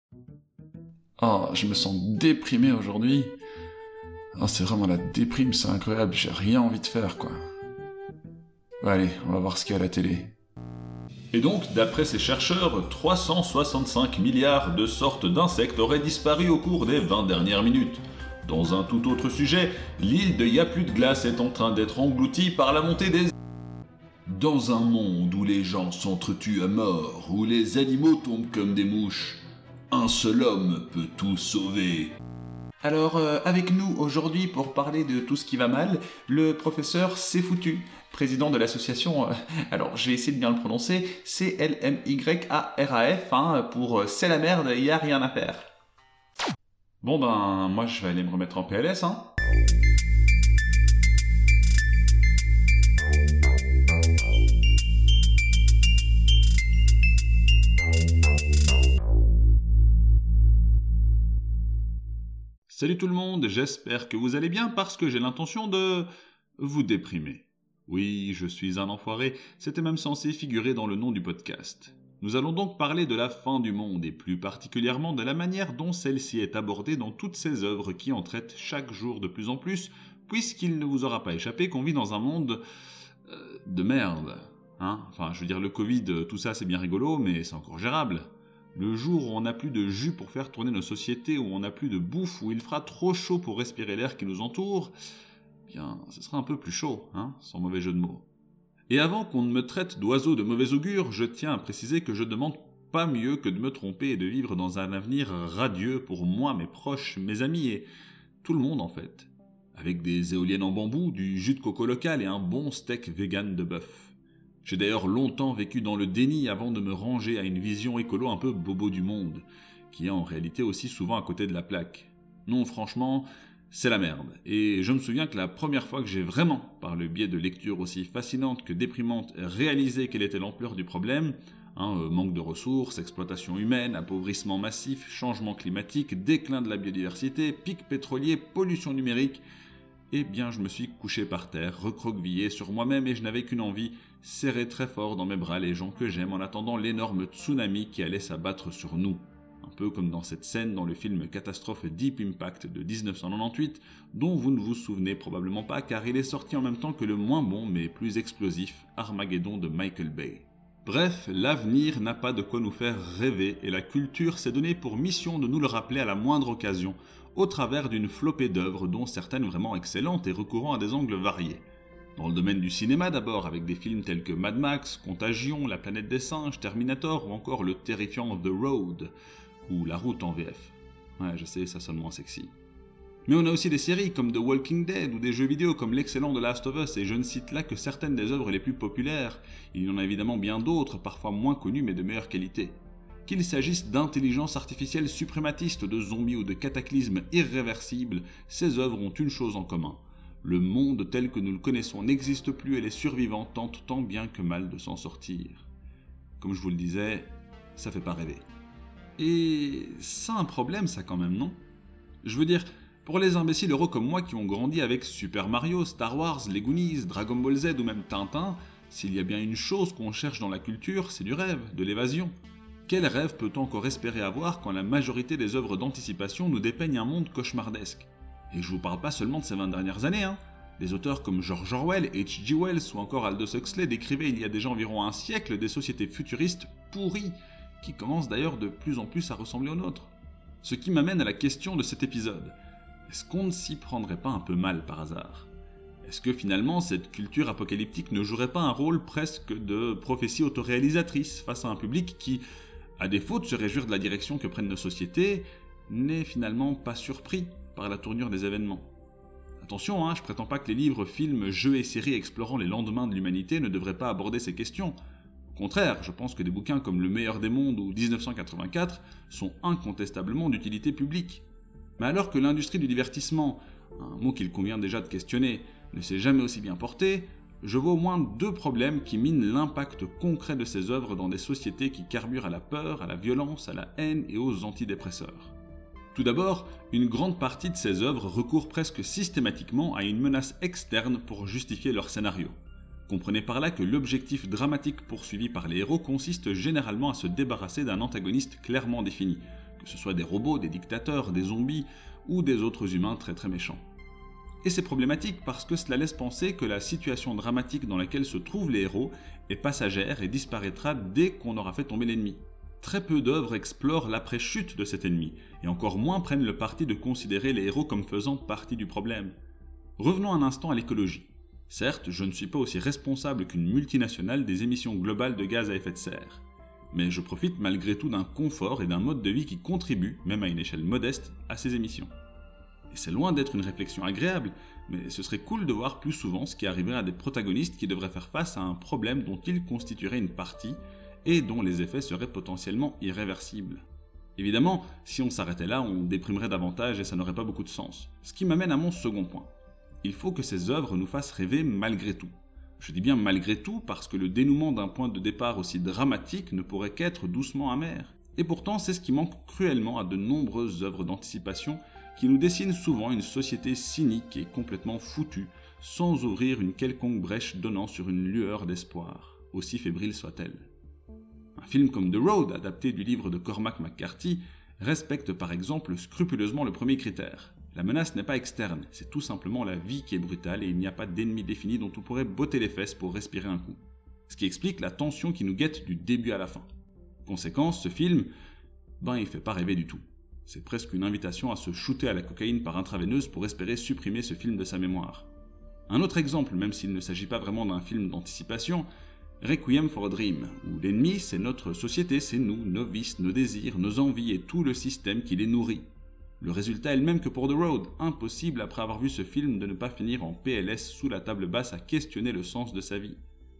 Oh, je me sens déprimé aujourd'hui. Oh, c'est vraiment la déprime, c'est incroyable, j'ai rien envie de faire, quoi. Bon, allez, on va voir ce qu'il y a à la télé. Et donc, d'après ces chercheurs, 365 milliards de sortes d'insectes auraient disparu au cours des 20 dernières minutes. Dans un tout autre sujet, l'île de Yaplu de Glace est en train d'être engloutie par la montée des... Dans un monde où les gens s'entretuent à mort, où les animaux tombent comme des mouches, un seul homme peut tout sauver. Alors, avec nous aujourd'hui pour parler de tout ce qui va mal, le professeur C'est Foutu, président de l'association, alors je vais essayer de bien le prononcer, CLMYARAF, pour C'est la merde, y a rien à faire. Bon ben, moi je vais aller me remettre en PLS, Salut tout le monde, j'espère que vous allez bien parce que j'ai l'intention de vous déprimer. Oui, je suis un enfoiré, c'était même censé figurer dans le nom du podcast. Nous allons donc parler de la fin du monde et plus particulièrement de la manière dont celle-ci est abordée dans toutes ces œuvres qui en traitent chaque jour de plus en plus, puisqu'il ne vous aura pas échappé qu'on vit dans un monde de merde. Enfin, je veux dire, le Covid, tout ça c'est bien rigolo, mais c'est encore gérable. Le jour où on n'a plus de jus pour faire tourner nos sociétés, où on n'a plus de bouffe, où il fera trop chaud pour respirer l'air qui nous entoure, bien, ce sera un peu plus chaud, sans mauvais jeu de mots. Et avant qu'on ne me traite d'oiseau de mauvais augure, je tiens à préciser que je demande pas mieux que de me tromper et de vivre dans un avenir radieux pour moi, mes proches, mes amis et tout le monde en fait. Avec des éoliennes en bambou, du jus de coco local et un bon steak vegan de bœuf. J'ai d'ailleurs longtemps vécu dans le déni avant de me ranger à une vision écolo un peu bobo du monde, qui est en réalité aussi souvent à côté de la plaque. Non, franchement, c'est la merde. Et je me souviens que la première fois que j'ai vraiment, par le biais de lectures aussi fascinantes que déprimantes, réalisé quelle était l'ampleur du problème, manque de ressources, exploitation humaine, appauvrissement massif, changement climatique, déclin de la biodiversité, pic pétrolier, pollution numérique, eh bien je me suis couché par terre, recroquevillé sur moi-même et je n'avais qu'une envie, serrer très fort dans mes bras les gens que j'aime en attendant l'énorme tsunami qui allait s'abattre sur nous. Un peu comme dans cette scène dans le film Catastrophe Deep Impact de 1998, dont vous ne vous souvenez probablement pas car il est sorti en même temps que le moins bon mais plus explosif Armageddon de Michael Bay. Bref, l'avenir n'a pas de quoi nous faire rêver et la culture s'est donnée pour mission de nous le rappeler à la moindre occasion, au travers d'une flopée d'œuvres dont certaines vraiment excellentes et recourant à des angles variés. Dans le domaine du cinéma d'abord, avec des films tels que Mad Max, Contagion, La planète des singes, Terminator ou encore le terrifiant The Road, ou La route en VF. Ouais, je sais, ça sonne moins sexy. Mais on a aussi des séries comme The Walking Dead ou des jeux vidéo comme l'excellent The Last of Us, et je ne cite là que certaines des œuvres les plus populaires. Il y en a évidemment bien d'autres, parfois moins connues mais de meilleure qualité. Qu'il s'agisse d'intelligence artificielle suprématiste, de zombies ou de cataclysmes irréversibles, ces œuvres ont une chose en commun. Le monde tel que nous le connaissons n'existe plus et les survivants tentent tant bien que mal de s'en sortir. Comme je vous le disais, ça fait pas rêver. Et ça a un problème ça quand même, non ? Je veux dire, pour les imbéciles heureux comme moi qui ont grandi avec Super Mario, Star Wars, les Goonies, Dragon Ball Z ou même Tintin, s'il y a bien une chose qu'on cherche dans la culture, c'est du rêve, de l'évasion. Quel rêve peut-on encore espérer avoir quand la majorité des œuvres d'anticipation nous dépeignent un monde cauchemardesque ? Et je vous parle pas seulement de ces 20 dernières années, Des auteurs comme George Orwell, H.G. Wells ou encore Aldous Huxley décrivaient il y a déjà environ un siècle des sociétés futuristes pourries, qui commencent d'ailleurs de plus en plus à ressembler aux nôtres. Ce qui m'amène à la question de cet épisode. Est-ce qu'on ne s'y prendrait pas un peu mal par hasard ? Est-ce que finalement cette culture apocalyptique ne jouerait pas un rôle presque de prophétie autoréalisatrice face à un public qui, à défaut de se réjouir de la direction que prennent nos sociétés, n'est finalement pas surpris par la tournure des événements ? Attention, je prétends pas que les livres, films, jeux et séries explorant les lendemains de l'humanité ne devraient pas aborder ces questions. Au contraire, je pense que des bouquins comme Le meilleur des mondes ou 1984 sont incontestablement d'utilité publique. Mais alors que l'industrie du divertissement, un mot qu'il convient déjà de questionner, ne s'est jamais aussi bien portée, je vois au moins deux problèmes qui minent l'impact concret de ces œuvres dans des sociétés qui carburent à la peur, à la violence, à la haine et aux antidépresseurs. Tout d'abord, une grande partie de ces œuvres recourent presque systématiquement à une menace externe pour justifier leur scénario. Comprenez par là que l'objectif dramatique poursuivi par les héros consiste généralement à se débarrasser d'un antagoniste clairement défini, que ce soit des robots, des dictateurs, des zombies ou des autres humains très très méchants. Et c'est problématique parce que cela laisse penser que la situation dramatique dans laquelle se trouvent les héros est passagère et disparaîtra dès qu'on aura fait tomber l'ennemi. Très peu d'œuvres explorent l'après-chute de cet ennemi, et encore moins prennent le parti de considérer les héros comme faisant partie du problème. Revenons un instant à l'écologie. Certes, je ne suis pas aussi responsable qu'une multinationale des émissions globales de gaz à effet de serre, mais je profite malgré tout d'un confort et d'un mode de vie qui contribuent, même à une échelle modeste, à ces émissions. Et c'est loin d'être une réflexion agréable, mais ce serait cool de voir plus souvent ce qui arriverait à des protagonistes qui devraient faire face à un problème dont ils constitueraient une partie et dont les effets seraient potentiellement irréversibles. Évidemment, si on s'arrêtait là, on déprimerait davantage et ça n'aurait pas beaucoup de sens. Ce qui m'amène à mon second point. Il faut que ces œuvres nous fassent rêver malgré tout. Je dis bien malgré tout parce que le dénouement d'un point de départ aussi dramatique ne pourrait qu'être doucement amer. Et pourtant, c'est ce qui manque cruellement à de nombreuses œuvres d'anticipation qui nous dessinent souvent une société cynique et complètement foutue, sans ouvrir une quelconque brèche donnant sur une lueur d'espoir, aussi fébrile soit-elle. Un film comme The Road, adapté du livre de Cormac McCarthy, respecte par exemple scrupuleusement le premier critère. La menace n'est pas externe, c'est tout simplement la vie qui est brutale et il n'y a pas d'ennemi défini dont on pourrait botter les fesses pour respirer un coup. Ce qui explique la tension qui nous guette du début à la fin. Conséquence, ce film, il fait pas rêver du tout. C'est presque une invitation à se shooter à la cocaïne par intraveineuse pour espérer supprimer ce film de sa mémoire. Un autre exemple, même s'il ne s'agit pas vraiment d'un film d'anticipation, Requiem for a Dream, où l'ennemi c'est notre société, c'est nous, nos vices, nos désirs, nos envies et tout le système qui les nourrit. Le résultat est le même que pour The Road, impossible après avoir vu ce film de ne pas finir en PLS sous la table basse à questionner le sens de sa vie.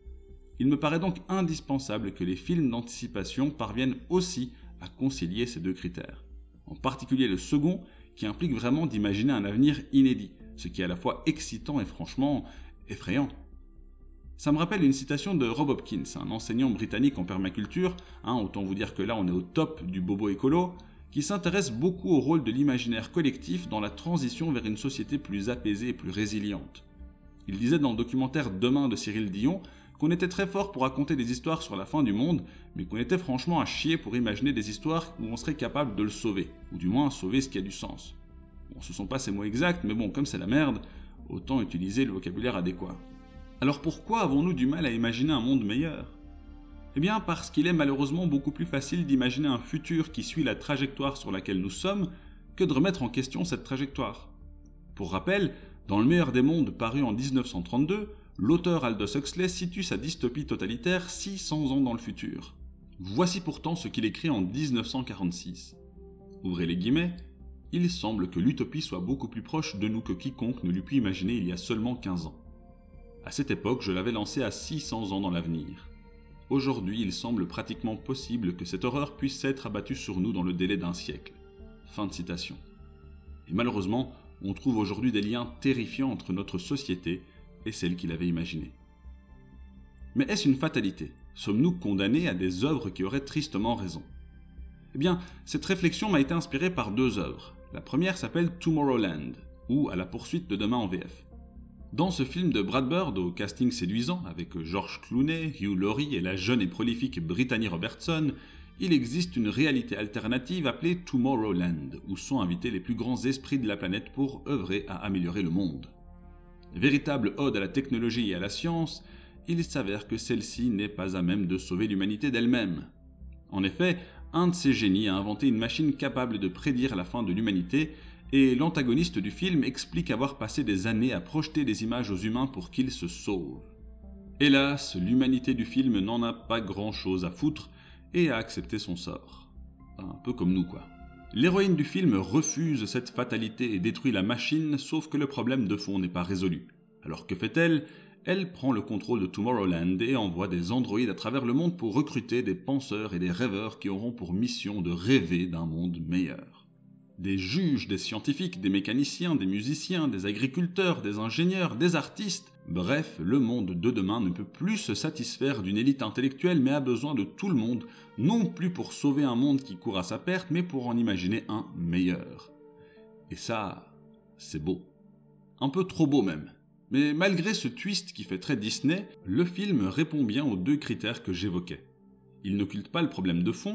Il me paraît donc indispensable que les films d'anticipation parviennent aussi à concilier ces deux critères. En particulier le second, qui implique vraiment d'imaginer un avenir inédit, ce qui est à la fois excitant et franchement effrayant. Ça me rappelle une citation de Rob Hopkins, un enseignant britannique en permaculture, autant vous dire que là on est au top du bobo écolo, qui s'intéresse beaucoup au rôle de l'imaginaire collectif dans la transition vers une société plus apaisée et plus résiliente. Il disait dans le documentaire Demain de Cyril Dion qu'on était très fort pour raconter des histoires sur la fin du monde, mais qu'on était franchement à chier pour imaginer des histoires où on serait capable de le sauver, ou du moins sauver ce qui a du sens. Bon, ce sont pas ces mots exacts, mais bon, comme c'est la merde, autant utiliser le vocabulaire adéquat. Alors pourquoi avons-nous du mal à imaginer un monde meilleur ? Eh bien parce qu'il est malheureusement beaucoup plus facile d'imaginer un futur qui suit la trajectoire sur laquelle nous sommes que de remettre en question cette trajectoire. Pour rappel, dans Le meilleur des mondes paru en 1932, l'auteur Aldous Huxley situe sa dystopie totalitaire 600 ans dans le futur. Voici pourtant ce qu'il écrit en 1946. Ouvrez les guillemets, « Il semble que l'utopie soit beaucoup plus proche de nous que quiconque ne l'eût pu imaginer il y a seulement 15 ans. À cette époque, je l'avais lancé à 600 ans dans l'avenir. Aujourd'hui, il semble pratiquement possible que cette horreur puisse être abattue sur nous dans le délai d'un siècle. » Fin de citation. Et malheureusement, on trouve aujourd'hui des liens terrifiants entre notre société et celle qu'il avait imaginée. Mais est-ce une fatalité ? Sommes-nous condamnés à des œuvres qui auraient tristement raison ? Eh bien, cette réflexion m'a été inspirée par deux œuvres. La première s'appelle Tomorrowland, ou À la poursuite de demain en VF. Dans ce film de Brad Bird au casting séduisant, avec George Clooney, Hugh Laurie et la jeune et prolifique Brittany Robertson, il existe une réalité alternative appelée Tomorrowland, où sont invités les plus grands esprits de la planète pour œuvrer à améliorer le monde. Véritable ode à la technologie et à la science, il s'avère que celle-ci n'est pas à même de sauver l'humanité d'elle-même. En effet, un de ces génies a inventé une machine capable de prédire la fin de l'humanité, et l'antagoniste du film explique avoir passé des années à projeter des images aux humains pour qu'ils se sauvent. Hélas, l'humanité du film n'en a pas grand-chose à foutre et a accepté son sort. Un peu comme nous, quoi. L'héroïne du film refuse cette fatalité et détruit la machine, sauf que le problème de fond n'est pas résolu. Alors que fait-elle ? Elle prend le contrôle de Tomorrowland et envoie des androïdes à travers le monde pour recruter des penseurs et des rêveurs qui auront pour mission de rêver d'un monde meilleur. Des juges, des scientifiques, des mécaniciens, des musiciens, des agriculteurs, des ingénieurs, des artistes, bref, le monde de demain ne peut plus se satisfaire d'une élite intellectuelle mais a besoin de tout le monde, non plus pour sauver un monde qui court à sa perte, mais pour en imaginer un meilleur. Et ça, c'est beau. Un peu trop beau même. Mais malgré ce twist qui fait très Disney, le film répond bien aux deux critères que j'évoquais. Il n'occulte pas le problème de fond,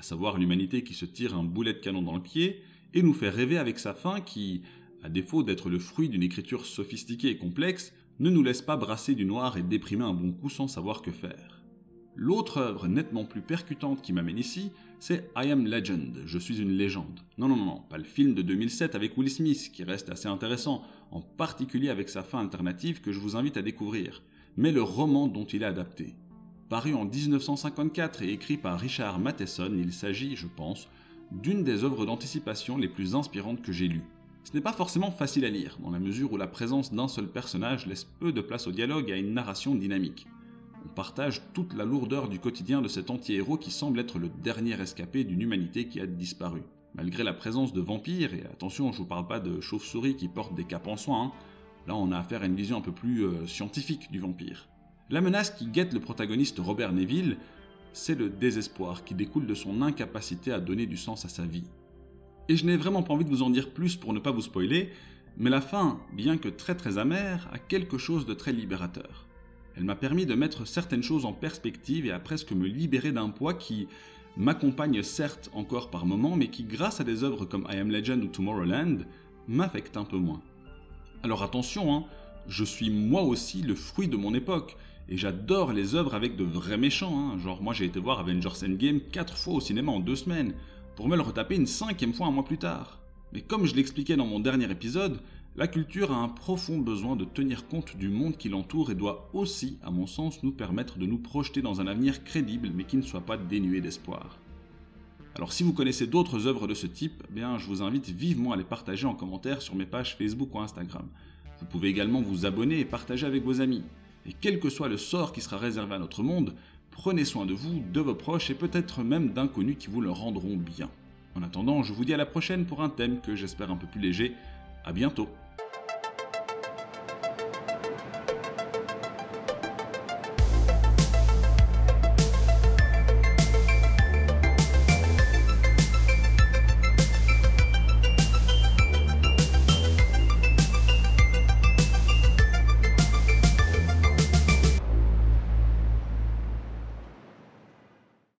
à savoir l'humanité qui se tire un boulet de canon dans le pied et nous fait rêver avec sa fin qui, à défaut d'être le fruit d'une écriture sophistiquée et complexe, ne nous laisse pas brasser du noir et déprimer un bon coup sans savoir que faire. L'autre œuvre nettement plus percutante qui m'amène ici, c'est I Am Legend, je suis une légende. Non, pas le film de 2007 avec Will Smith, qui reste assez intéressant, en particulier avec sa fin alternative que je vous invite à découvrir, mais le roman dont il est adapté. Paru en 1954 et écrit par Richard Matheson, il s'agit, je pense, d'une des œuvres d'anticipation les plus inspirantes que j'ai lues. Ce n'est pas forcément facile à lire, dans la mesure où la présence d'un seul personnage laisse peu de place au dialogue et à une narration dynamique. On partage toute la lourdeur du quotidien de cet anti-héros qui semble être le dernier rescapé d'une humanité qui a disparu. Malgré la présence de vampires, et attention, je vous parle pas de chauves-souris qui portent des capes en soie, là on a affaire à une vision un peu plus scientifique du vampire. La menace qui guette le protagoniste Robert Neville, c'est le désespoir qui découle de son incapacité à donner du sens à sa vie. Et je n'ai vraiment pas envie de vous en dire plus pour ne pas vous spoiler, mais la fin, bien que très amère, a quelque chose de très libérateur. Elle m'a permis de mettre certaines choses en perspective et à presque me libérer d'un poids qui m'accompagne certes encore par moments, mais qui, grâce à des œuvres comme I Am Legend ou Tomorrowland, m'affecte un peu moins. Alors attention, je suis moi aussi le fruit de mon époque, et j'adore les œuvres avec de vrais méchants, genre moi j'ai été voir Avengers Endgame 4 fois au cinéma en 2 semaines, pour me le retaper une 5e fois un mois plus tard. Mais comme je l'expliquais dans mon dernier épisode, la culture a un profond besoin de tenir compte du monde qui l'entoure et doit aussi, à mon sens, nous permettre de nous projeter dans un avenir crédible mais qui ne soit pas dénué d'espoir. Alors si vous connaissez d'autres œuvres de ce type, je vous invite vivement à les partager en commentaire sur mes pages Facebook ou Instagram. Vous pouvez également vous abonner et partager avec vos amis. Et quel que soit le sort qui sera réservé à notre monde, prenez soin de vous, de vos proches et peut-être même d'inconnus qui vous le rendront bien. En attendant, je vous dis à la prochaine pour un thème que j'espère un peu plus léger. À bientôt.